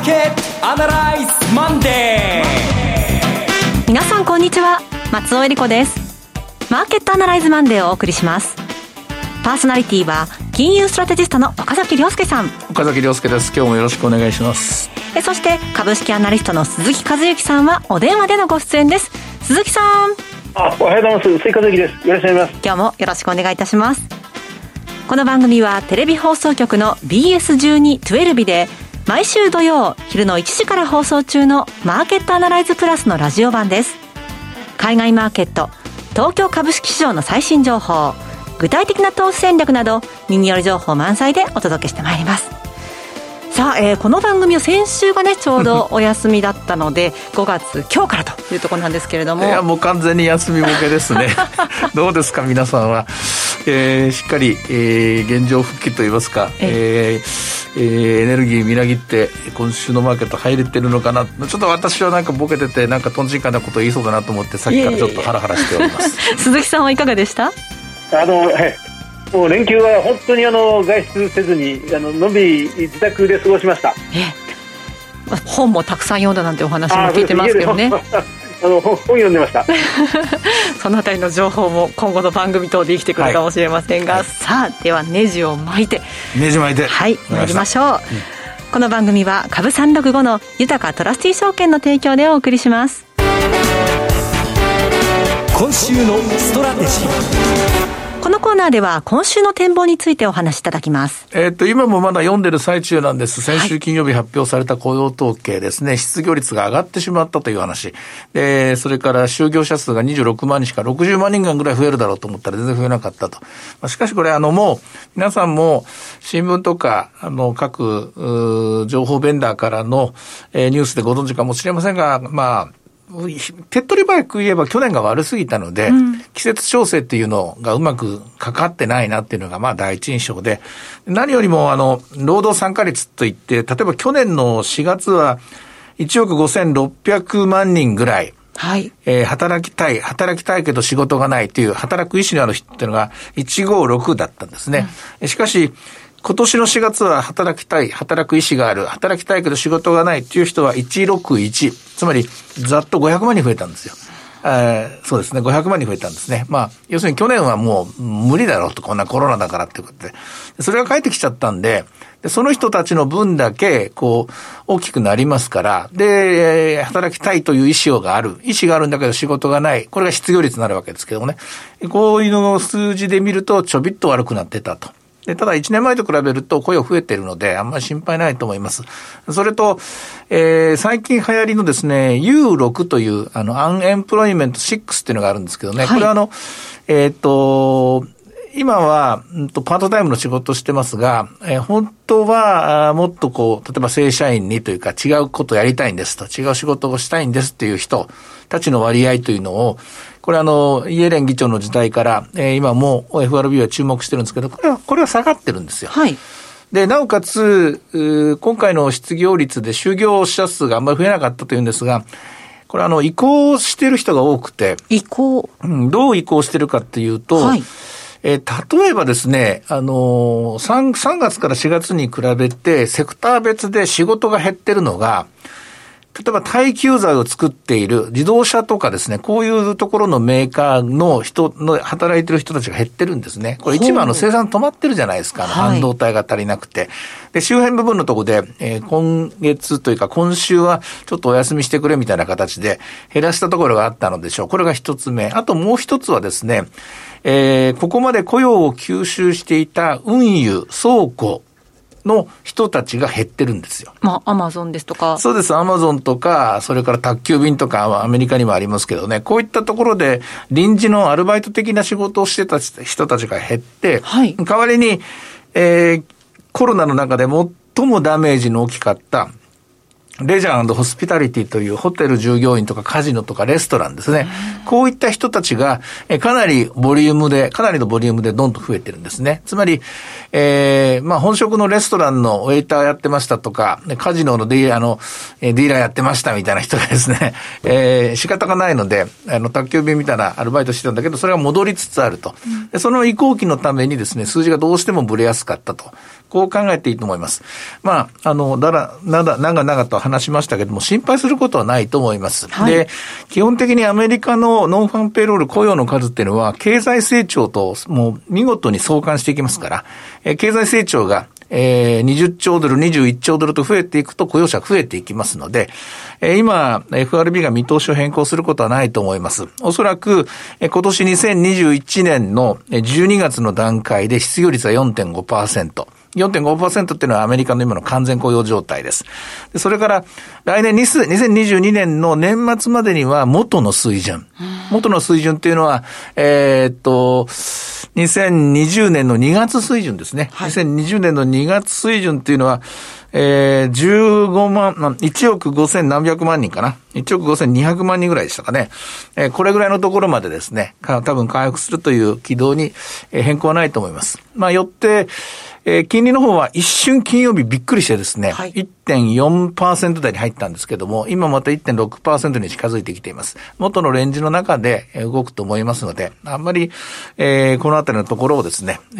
ケットアナライズマンデー。皆さんこんにちは、松尾恵理子です。マーケットアナライズマンデーをお送りします。パーソナリティは金融ストラテジストの岡崎亮介さん。 岡崎亮介です。今日もよろしくお願いします。 そして株式アナリストの鈴木和之さんはお電話でのご出演です。鈴木さん。 おはようございます。鈴木和之です。よろしくお願いします。 今日もよろしくお願いいたします。この番組はテレビ放送局の BS12-12 で毎週土曜昼の1時から放送中のマーケットアナライズプラスのラジオ版です。海外マーケット、東京株式市場の最新情報、具体的な投資戦略など耳寄り情報満載でお届けしてまいります。さあ、この番組は先週がねちょうどお休みだったので5月今日からというところなんですけれども、 いやもう完全に休みボケですねどうですか皆さんは、しっかり、現状復帰といいますか、エネルギーみなぎって今週のマーケット入れてるのかな。ちょっと私はなんかボケててなんかとんちんかなこと言いそうだなと思ってさっきからちょっとハラハラしております鈴木さんはいかがでした？ もう連休は本当に外出せずにのんびり自宅で過ごしました。 本もたくさん読んだなんてお話も聞いてますけどね本読んでましたそのあたりの情報も今後の番組等で生きてくるかもしれませんが、はい、さあではネジ巻いてはい参りましょう、この番組は株365の豊かトラスティ証券の提供でお送りします。 今週のストラテジー。 このコーナーでは今週の展望についてお話しいただきます。 今もまだ読んでる最中なんです。先週金曜日発表された雇用統計ですね、失業率が上がってしまったという話で、それから就業者数が26万人から60万人ぐらい増えるだろうと思ったら全然増えなかったと。しかしこれもう皆さんも新聞とか各情報ベンダーからのニュースでご存知かもしれませんが、手っ取り早く言えば去年が悪すぎたので、季節調整っていうのがうまくかかってないなっていうのが第一印象で、何よりも労働参加率といって、例えば去年の4月は1億5600万人ぐらい、働きたいけど仕事がないっていう働く意思のある人っていうのが156だったんですね。しかし今年の4月は働く意思がある、働きたいけど仕事がないっていう人は161、つまりざっと500万人増えたんですよ。そうですね、500万人増えたんですね。要するに去年はもう無理だろうと、こんなコロナだからっていうことで。それが返ってきちゃったんで、その人たちの分だけ、大きくなりますから、で、働きたいという意思があるんだけど仕事がない。これが失業率になるわけですけどもね。こういうのを数字で見るとちょびっと悪くなってたと。でただ1年前と比べると雇用増えているのであんまり心配ないと思います。それと、最近流行りのですね U6 というアンエンプロイメント6っていうのがあるんですけどね、これは今はパートタイムの仕事をしてますが、本当はもっと例えば正社員にというか違うことをやりたいんですと、違う仕事をしたいんですっていう人たちの割合というのを、これイエレン議長の時代から、今も FRB は注目してるんですけど、これは下がってるんですよ。で、なおかつ、今回の失業率で就業者数があんまり増えなかったというんですが、これ移行してる人が多くて。どう移行してるかっていうと、例えばですね、3月から4月に比べてセクター別で仕事が減ってるのが、例えば耐久財を作っている自動車とかですね、こういうところのメーカーの働いてる人たちが減ってるんですね。これ一番生産止まってるじゃないですか。半導体が足りなくて。で、周辺部分のところで、今月というか今週はちょっとお休みしてくれみたいな形で減らしたところがあったのでしょう。これが一つ目。あともう一つはですね、ここまで雇用を吸収していた運輸、倉庫の人たちが減ってるんですよ。 アマゾンですとか。 そうです。アマゾンとか、それから宅急便とか、アメリカにもありますけどね、こういったところで臨時のアルバイト的な仕事をしてた人たちが減って、代わりに、コロナの中で最もダメージの大きかったレジャー&ホスピタリティというホテル従業員とかカジノとかレストランですね。こういった人たちが、かなりのボリュームでどんどん増えてるんですね。つまり、本職のレストランのウェイターやってましたとか、カジノのディーラーやってましたみたいな人がですね、仕方がないので、宅急便みたいなアルバイトしてたんだけど、それが戻りつつあると。でその移行期のためにですね、数字がどうしてもブレやすかったと。こう考えていいと思います。長と話しましたけども、心配することはないと思います。はい、で、基本的にアメリカのノンファンペイロール雇用の数っていうのは、経済成長ともう見事に相関していきますから、経済成長が20兆ドル、21兆ドルと増えていくと雇用者増えていきますので、今、FRB が見通しを変更することはないと思います。おそらく、今年2021年の12月の段階で失業率は 4.5%。4.5% っていうのはアメリカの今の完全雇用状態です。それから来年2022年の年末までには元の水準っていうのは、2020年の2月水準ですね。はい、2020年の2月水準っていうのは、1億5000何百万人かな。1億5200万人ぐらいでしたかね。これぐらいのところまでですね、多分回復するという軌道に変更はないと思います。よって、金利の方は一瞬金曜日びっくりしてですね、はい、1.4% 台に入ったんですけども、今また 1.6% に近づいてきています。元のレンジの中で動くと思いますので、あんまり、このあたりのところをですね、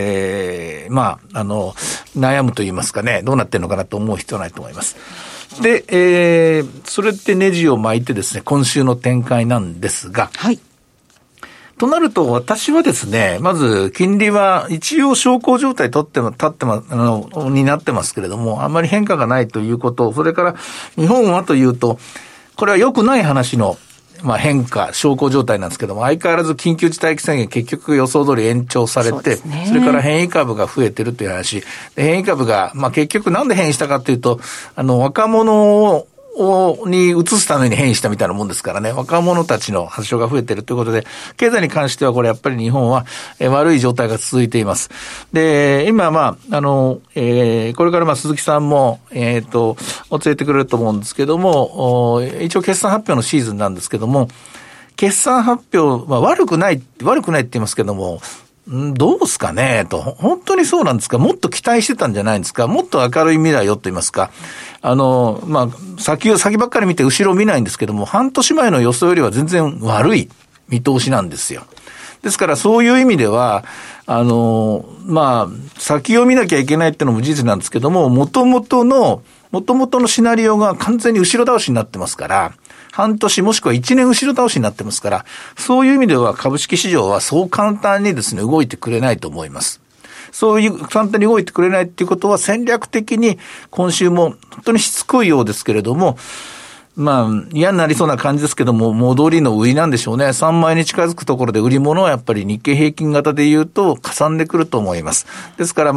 悩むと言いますかね、どうなってるのかなと思う必要はないと思います。で、それってネジを巻いてですね、今週の展開なんですが、はい。となると、私はですね、まず、金利は一応小康状態になってますけれども、あんまり変化がないということ、それから日本はというと、これは良くない話の、変化、小康状態なんですけども、相変わらず緊急事態宣言結局予想通り延長されて、 それから変異株が増えてるという話。で変異株が、結局なんで変異したかというと、若者に移すために変異したみたいなもんですからね。若者たちの発症が増えているということで、経済に関してはこれやっぱり日本は悪い状態が続いています。で、今これから鈴木さんも、教えてくれると思うんですけども、一応決算発表のシーズンなんですけども、決算発表、悪くないって言いますけども、どうすかねと。本当にそうなんですか？もっと期待してたんじゃないんですか？もっと明るい未来よと言いますか。先ばっかり見て後ろを見ないんですけども、半年前の予想よりは全然悪い見通しなんですよ。ですからそういう意味では、先を見なきゃいけないってのも事実なんですけども、元々のシナリオが完全に後ろ倒しになってますから、半年もしくは1年後ろ倒しになってますから、そういう意味では株式市場はそう簡単にですね、動いてくれないと思います。そういう簡単に動いてくれないっていうことは戦略的に今週も本当にしつこいようですけれども、嫌になりそうな感じですけども、戻りの売りなんでしょうね。3万円に近づくところで売り物はやっぱり日経平均型で言うとかさんでくると思います。ですから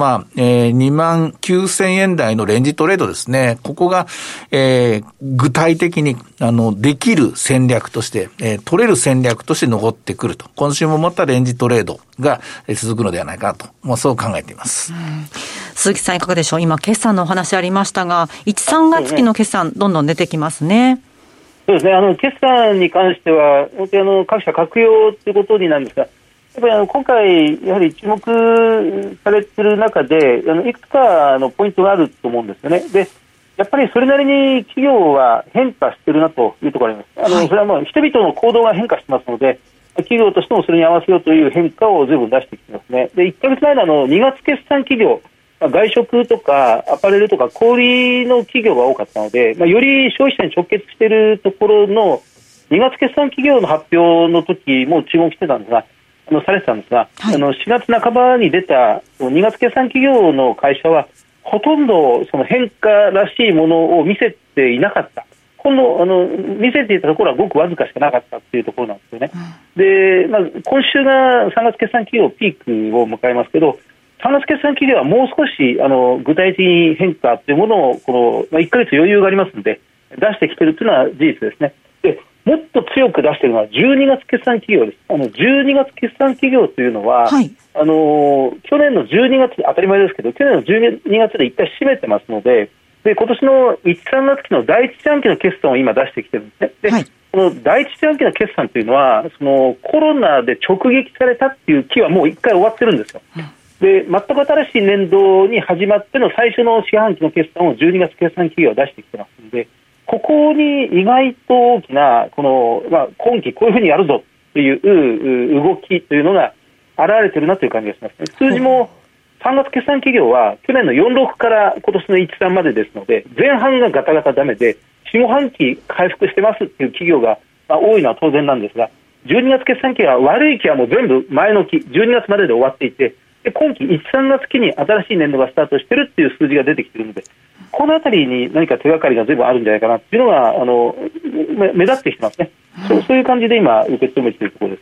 29,000円台のレンジトレードですね。ここが、具体的にできる戦略として、取れる戦略として残ってくると。今週もまたレンジトレードが続くのではないかと、そう考えています。 鈴木さんいかがでしょう？今決算のお話ありましたが、1、3月期の決算どんどん出てきますね。 そうですね。決算に関しては本当に各社拡揚ということになるんですが、やっぱり今回やはり注目されている中でいくつかのポイントがあると思うんですよね。で、やっぱりそれなりに企業は変化しているなというところがあります。それは人々の行動が変化してますので、企業としてもそれに合わせようという変化を随分出してきてますね。で、1ヶ月前の2月決算企業、外食とかアパレルとか小売の企業が多かったので、より消費者に直結しているところの2月決算企業の発表の時も注目してたんですが、されてたんですが、はい、4月半ばに出た2月決算企業の会社はほとんどその変化らしいものを見せていなかった。見せていたところはごくわずかしかなかったというところなんですよね。で、今週が3月決算企業ピークを迎えますけど、3月決算企業はもう少し具体的に変化というものを1ヶ月余裕がありますので出してきているというのは事実ですね。で、もっと強く出しているのは12月決算企業です。12月決算企業というのは、はい、去年の12月当たり前ですけど、去年の12月で一回締めてますので、 で、今年の1、3月期の第一四半期の決算を今出してきてるんですね。で、はい、この第一四半期の決算というのは、そのコロナで直撃されたっていう期はもう1回終わってるんですよ。で、全く新しい年度に始まっての最初の四半期の決算を12月決算企業は出してきてますので、ここに意外と大きな、この、今期こういうふうにやるぞという動きというのが現れてるなという感じがしますね。数字も3月決算企業は去年の46から今年の1、3までですので、前半がガタガタダメで、4、5半期回復してますっていう企業が多いのは当然なんですが、12月決算期は悪い期はもう全部前の期、12月までで終わっていて、で今期1、3月期に新しい年度がスタートしているっていう数字が出てきているので、このあたりに何か手がかりが全部あるんじゃないかなっていうのが目立ってきてますね。そういう感じで今受け止めているところです。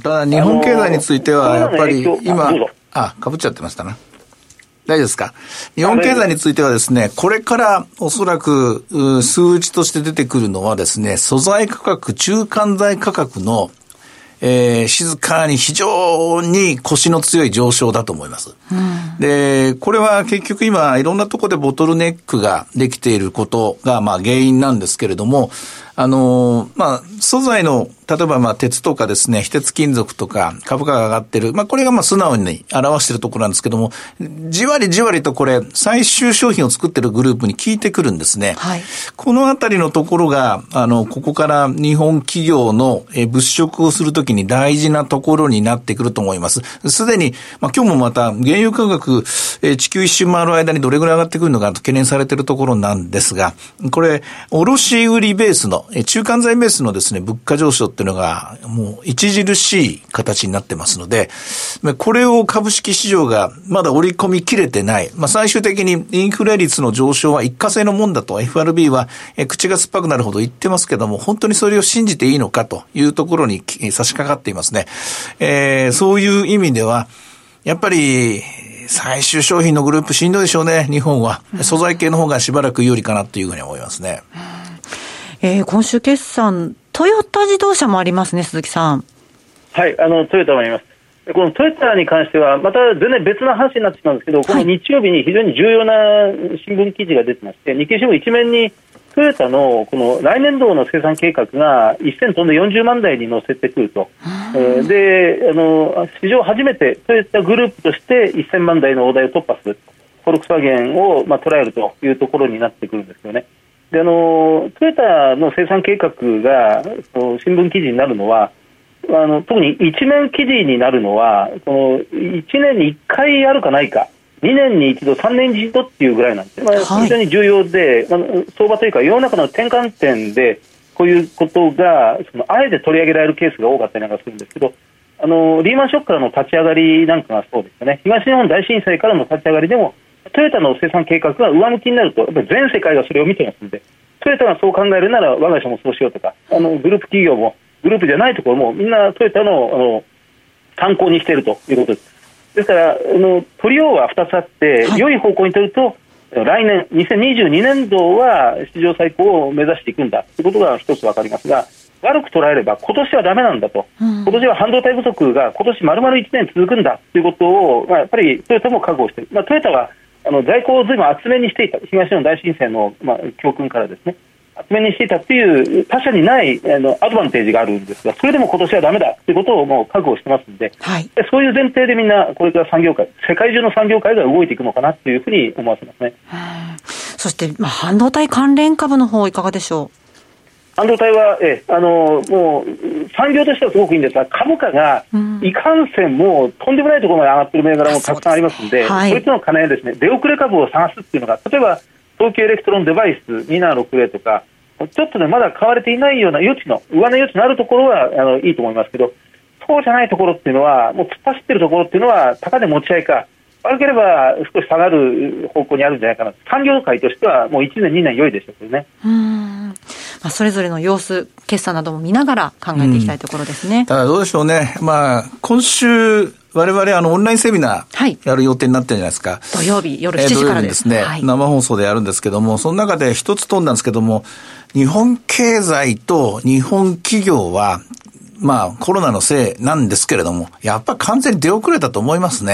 ただ日本経済についてはやっぱり今かぶっちゃってましたな。大丈夫ですか。日本経済についてはですね、これからおそらく数値として出てくるのはですね、素材価格、中間材価格の静かに非常に腰の強い上昇だと思います。で、これは結局今いろんなところでボトルネックができていることが原因なんですけれども、素材の例えば鉄とかですね、非鉄金属とか株価が上がってる。これが素直に表しているところなんですけども、じわりじわりとこれ最終商品を作っているグループに効いてくるんですね。はい、このあたりのところが、ここから日本企業の物色をするときに大事なところになってくると思います。すでに、今日もまた原油価格、地球一周回る間にどれぐらい上がってくるのかと懸念されているところなんですが、これ、卸売ベースの、中間材ベースのですね、物価上昇っていうのがもう著しい形になってますので、これを株式市場がまだ織り込みきれてない。最終的にインフレ率の上昇は一過性のもんだと FRB は口が酸っぱくなるほど言ってますけども、本当にそれを信じていいのかというところに差し掛かっていますね。そういう意味では、やっぱり最終商品のグループしんどいでしょうね、日本は。素材系の方がしばらく有利かなというふうに思いますね。 今週決算、トヨタ自動車もありますね、鈴木さん。 はい、トヨタもあります。このトヨタに関しては、また全然別の話になってしまうんですけど、この日曜日に非常に重要な新聞記事が出てまして、日経新聞一面にトヨタのこの来年度の生産計画が1000トンで40万台に乗せてくると。で、史上初めてトヨタグループとして1000万台の大台を突破する。フォルクスワーゲンを捉えるというところになってくるんですよね。で、トヨタの生産計画が新聞記事になるのは、特に一面記事になるのは、この1年に1回あるかないか、2年に1度、3年に1度っていうぐらいなんです。非常に重要で、相場というか世の中の転換点でこういうことがあえて取り上げられるケースが多かったりなんかするんですけど、リーマンショックからの立ち上がりなんかがそうですよね。東日本大震災からの立ち上がりでもトヨタの生産計画が上向きになると、やっぱり全世界がそれを見てますので、トヨタがそう考えるなら我が社もそうしようとか、グループ企業もグループじゃないところもみんなトヨタの参考にしているということです。ですから取りようは2つあって、良い方向に取ると来年2022年度は史上最高を目指していくんだということが一つ分かりますが、悪く捉えれば今年はダメなんだと、今年は半導体不足が今年丸々1年続くんだということを、やっぱりトヨタも覚悟している。トヨタは在庫をずいぶん厚めにしていた、東日本大震災の、教訓からですね、厚めにしていたという他社にないアドバンテージがあるんですが、それでも今年はダメだということをもう覚悟してますので、そういう前提でみんなこれから産業界、世界中の産業界が動いていくのかなというふうに思わせますね。 そして、半導体関連株の方いかがでしょう。 半導体はもう産業としてはすごくいいんですが、株価がいかんせんもうとんでもないところまで上がっている銘柄もたくさんありますので、それとの兼ね合いですね、出遅れ株を探すっていうのが、例えば東京エレクトロンデバイス2760とか、ちょっとねまだ買われていないような上値の余地のあるところはいいと思いますけど、そうじゃないところっていうのは、もう突っ走っているところっていうのは高値持ち合いか、悪ければ少し下がる方向にあるんじゃないかな。産業界としてはもう1年2年良いでしょうけどね。 それぞれの様子、決算なども見ながら考えていきたいところですね。 ただどうでしょうね。今週我々オンラインセミナーやる予定になってるじゃないですか。 土曜日夜7時からですね。生放送でやるんですけども、その中で一つ飛んだんですけども、日本経済と日本企業はコロナのせいなんですけれども、やっぱ完全に出遅れたと思いますね。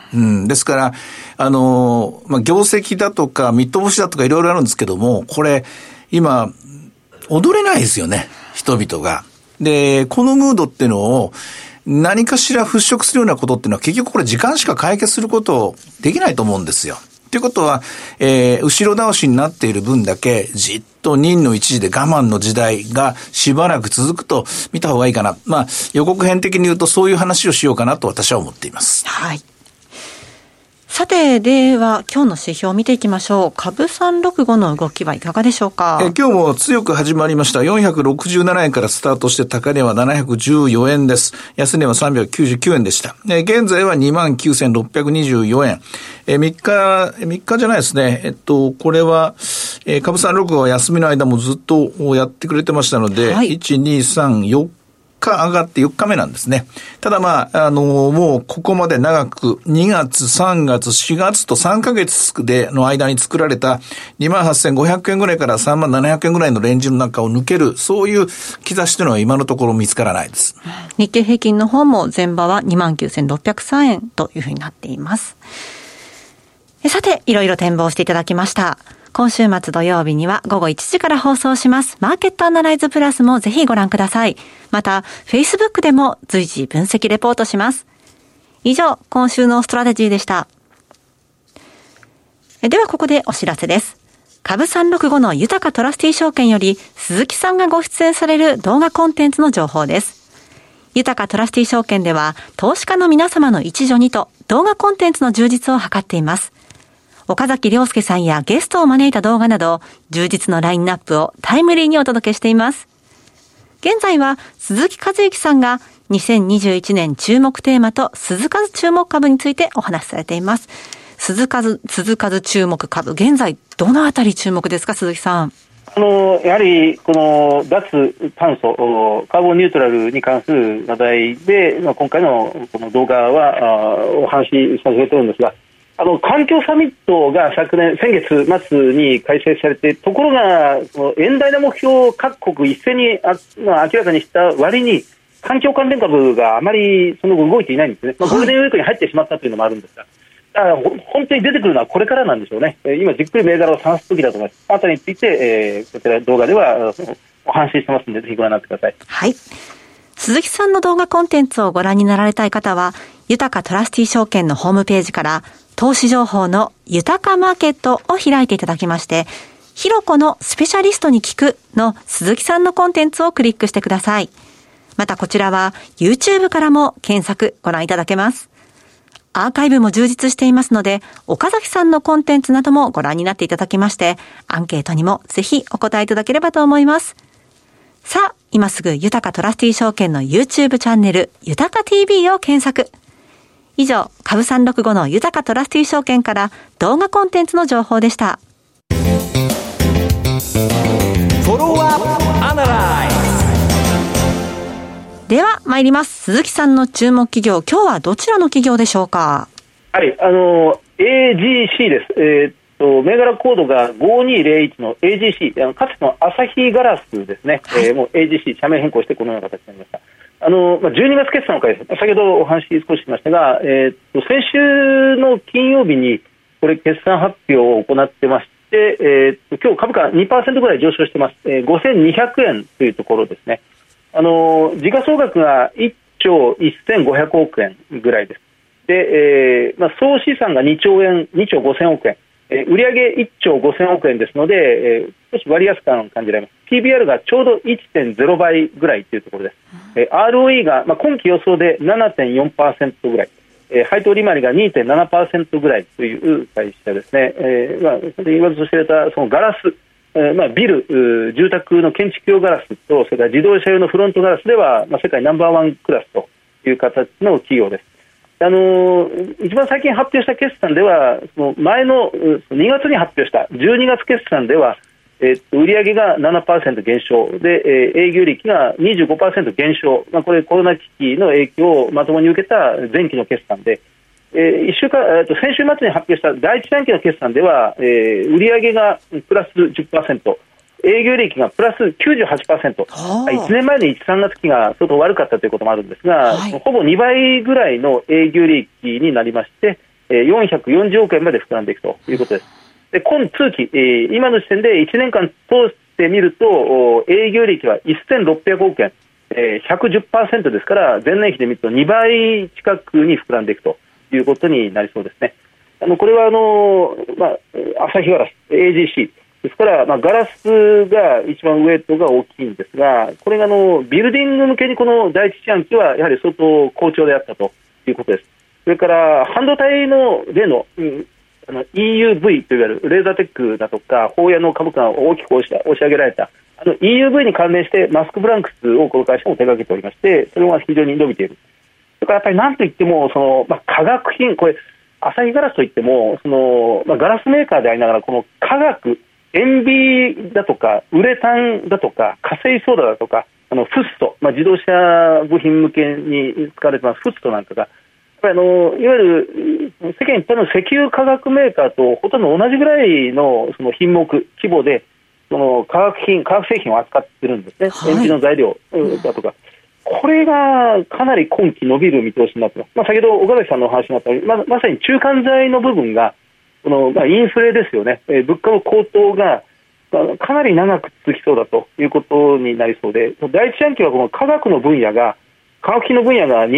ですから、業績だとか、見通しだとかいろいろあるんですけども、これ、今、踊れないですよね、人々が。で、このムードっていうのを、何かしら払拭するようなことっていうのは、結局これ時間しか解決することできないと思うんですよ。ということは、後ろ倒しになっている分だけ、じっと任の一時で我慢の時代がしばらく続くと見た方がいいかな。予告編的に言うとそういう話をしようかなと私は思っています。 はい。さて、では今日の指標を見ていきましょう。株365の動きはいかがでしょうか。 今日も強く始まりました。467円からスタートして高値は714円です。安値は399円でした。現在は 29,624 円。3日じゃないですね。これは、株365は休みの間もずっとやってくれてましたので、はい、1、2、3、4上がって4日目なんですね。ただもうここまで長く2月、3月、4月と3ヶ月の間に作られた 28,500 円ぐらいから 37,000 円ぐらいのレンジの中を抜ける、そういう兆しというのは今のところ見つからないです。 日経平均の方も前場は 29,603 円というふうになっています。さて、いろいろ展望していただきました。今週末土曜日には午後1時から放送しますマーケットアナライズプラスもぜひご覧ください。また Facebook でも随時分析レポートします。以上、今週のストラテジーでした。ではここでお知らせです。株365の豊かトラスティ証券より鈴木さんがご出演される動画コンテンツの情報です。豊かトラスティ証券では投資家の皆様の一助にと動画コンテンツの充実を図っています。岡崎亮介さんやゲストを招いた動画など、充実のラインナップをタイムリーにお届けしています。現在は鈴木和之さんが2021年注目テーマと鈴数注目株についてお話しされています。鈴数注目株、現在どのあたり注目ですか、鈴木さん。 やはりこの脱炭素、カーボンニュートラルに関する話題で、今回のこの動画はお話しさせているんですが、環境サミットが先月末に開催されて、ところが遠大な目標を各国一斉に明らかにした割に環境関連株があまりその後動いていないんですね。ゴールデンウィークに入ってしまったというのもあるんですが、だから本当に出てくるのはこれからなんでしょうね。今じっくり銘柄を探す時だと思います。あたりについて、こちら動画ではお話ししてますので、ぜひご覧になってください。 はい。鈴木さんの動画コンテンツをご覧になられたい方は、豊かトラスティ証券のホームページから投資情報の豊かマーケットを開いていただきまして、ひろこのスペシャリストに聞くの鈴木さんのコンテンツをクリックしてください。またこちらは YouTube からも検索ご覧いただけます。アーカイブも充実していますので、岡崎さんのコンテンツなどもご覧になっていただきまして、アンケートにもぜひお答えいただければと思います。さあ、今すぐ豊かトラスティ証券の YouTube チャンネル、豊か TV を検索。以上、株365の豊かトラスティ証券から動画コンテンツの情報でした。では参ります。鈴木さんの注目企業、今日はどちらの企業でしょうか。 はい、AGC です。銘柄コードが5201の AGC、かつてのアサヒガラスですね。はい、もう AGC 社名変更してこのような形になりました。12月決算の回です。先ほどお話少ししましたが、先週の金曜日にこれ決算発表を行ってまして、今日株価 2% ぐらい上昇してます。5200円というところですね。時価総額が1兆1500億円ぐらいです。で、総資産が2兆5000億円。売上1兆5000億円ですので、少し割安感を感じられます。PBR がちょうど 1.0 倍ぐらいというところです。ROE が、今期予想で 7.4% ぐらい、配当利回りが 2.7% ぐらいという会社ですね。言わずと知れたそのガラス、ビル、住宅の建築用ガラスと、それから自動車用のフロントガラスでは、世界ナンバーワンクラスという形の企業です。一番最近発表した決算では、その前の2月に発表した12月決算では、売上が 7% 減少で、営業利益が 25% 減少、これコロナ危機の影響をまともに受けた前期の決算で、先週末に発表した第一四半期の決算では、売上がプラス 10%、営業利益がプラス 98%、1年前の1、3月期が相当悪かったということもあるんですが、ほぼ2倍ぐらいの営業利益になりまして、 440億円まで膨らんでいくということです。で、今通期、今の時点で1年間通してみると、営業利益は1600億円、110% ですから、前年比で見ると2倍近くに膨らんでいくということになりそうですね。これは朝日ガラス AGC ですから、ガラスが一番ウエイトが大きいんですが、これがビルディング向けにこの第一四半期はやはり相当好調であったということです。それから半導体の例の、EUV といわれるレーザーテックだとかホーヤの株価が大きく押し上げられたEUV に関連してマスクブランクスをこの会社も手掛けておりまして、それが非常に伸びている。それからやっぱり何といっても化学品、これ朝日ガラスといってもガラスメーカーでありながらこの化学、塩ビだとかウレタンだとか火星ソーダだとかフッ素、自動車部品向けに使われていますフッ素なんかがやっぱりいわゆる世間一般の石油化学メーカーとほとんど同じぐらいのその品目規模で化学製品を扱ってるんですね、はい、塩ビの材料だとか、これがかなり今期伸びる見通しになっています。先ほど岡崎さんのお話になったように、まさに中間材の部分がインフレですよね、物価の高騰がかなり長く続きそうだということになりそうで、第一四半期はこの化学の分野が化学品の分野が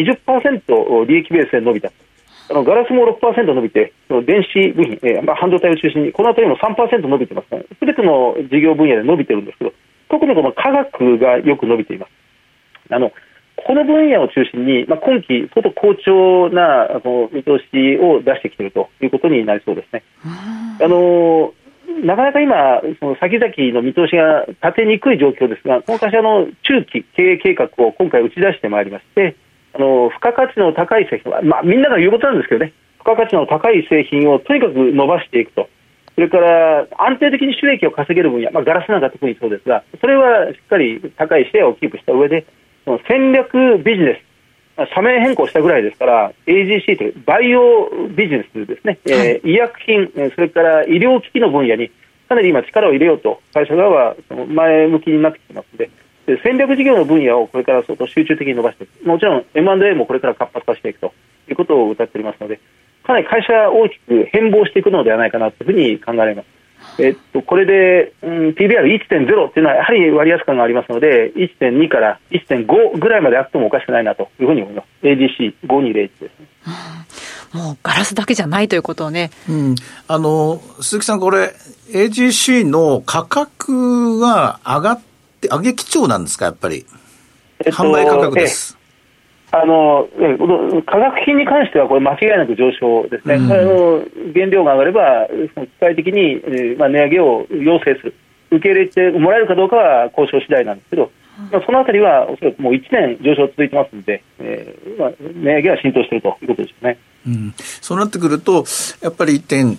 20% 利益ベースで伸びた。ガラスも 6% 伸びて、電子部品、半導体を中心にこのあたりも 3% 伸びてますね。すべての事業分野で伸びてるんですけど、特にこの化学がよく伸びています。この分野を中心に、今期相当好調な見通しを出してきているということになりそうですね。なかなか今その先々の見通しが立てにくい状況ですが、この会社の中期経営計画を今回打ち出してまいりまして、付加価値の高い製品は、みんなが言うことなんですけどね、付加価値の高い製品をとにかく伸ばしていくと、それから安定的に収益を稼げる分野、ガラスなんか特にそうですが、それはしっかり高いシェアをキープした上で、その戦略ビジネス、社名変更したぐらいですから AGC というバイオビジネスですね、医薬品、それから医療機器の分野にかなり今力を入れようと会社側は前向きになってきてますので、戦略事業の分野をこれから相当集中的に伸ばしていく、もちろん M&A もこれから活発化していくということを謳っておりますので、かなり会社は大きく変貌していくのではないかなというふうに考えられます。これで、PBR1.0 っていうのはやはり割安感がありますので 1.2 から 1.5 ぐらいまであってもおかしくないなというふうに思います。 AGC521 ですね。 もうガラスだけじゃないということをね、 鈴木さん、これ AGC の価格が上げ基調なんですか？やっぱり、販売価格です。 化学品に関してはこれ間違いなく上昇ですね。原料が上がれば機械的に値上げを要請する、受け入れてもらえるかどうかは交渉次第なんですけど、そのあたりはおそらくもう1年上昇続いてますので、値上げは浸透しているということですね。 そうなってくるとやっぱり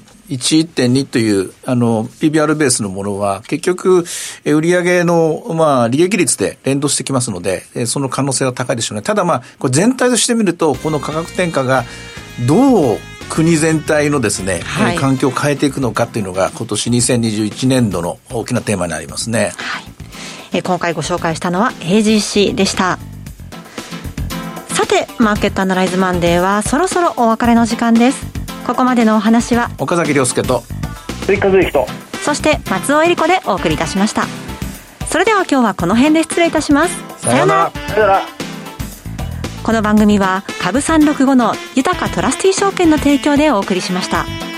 1.2 というPBR ベースのものは結局売上の利益率で連動してきますので、その可能性は高いでしょうね。ただこれ全体としてみるとこの価格転嫁がどう国全体のですね、環境を変えていくのかというのが今年2021年度の大きなテーマになりますね。 今回ご紹介したのは AGC でした。さて、マーケットアナライズマンデーはそろそろお別れの時間です。ここまでのお話は岡崎亮介と鈴木和之と、 そして松尾恵理子でお送りいたしました。それでは今日はこの辺で失礼いたします。 さようなら。 この番組は株365の豊かトラスティ証券の提供でお送りしました。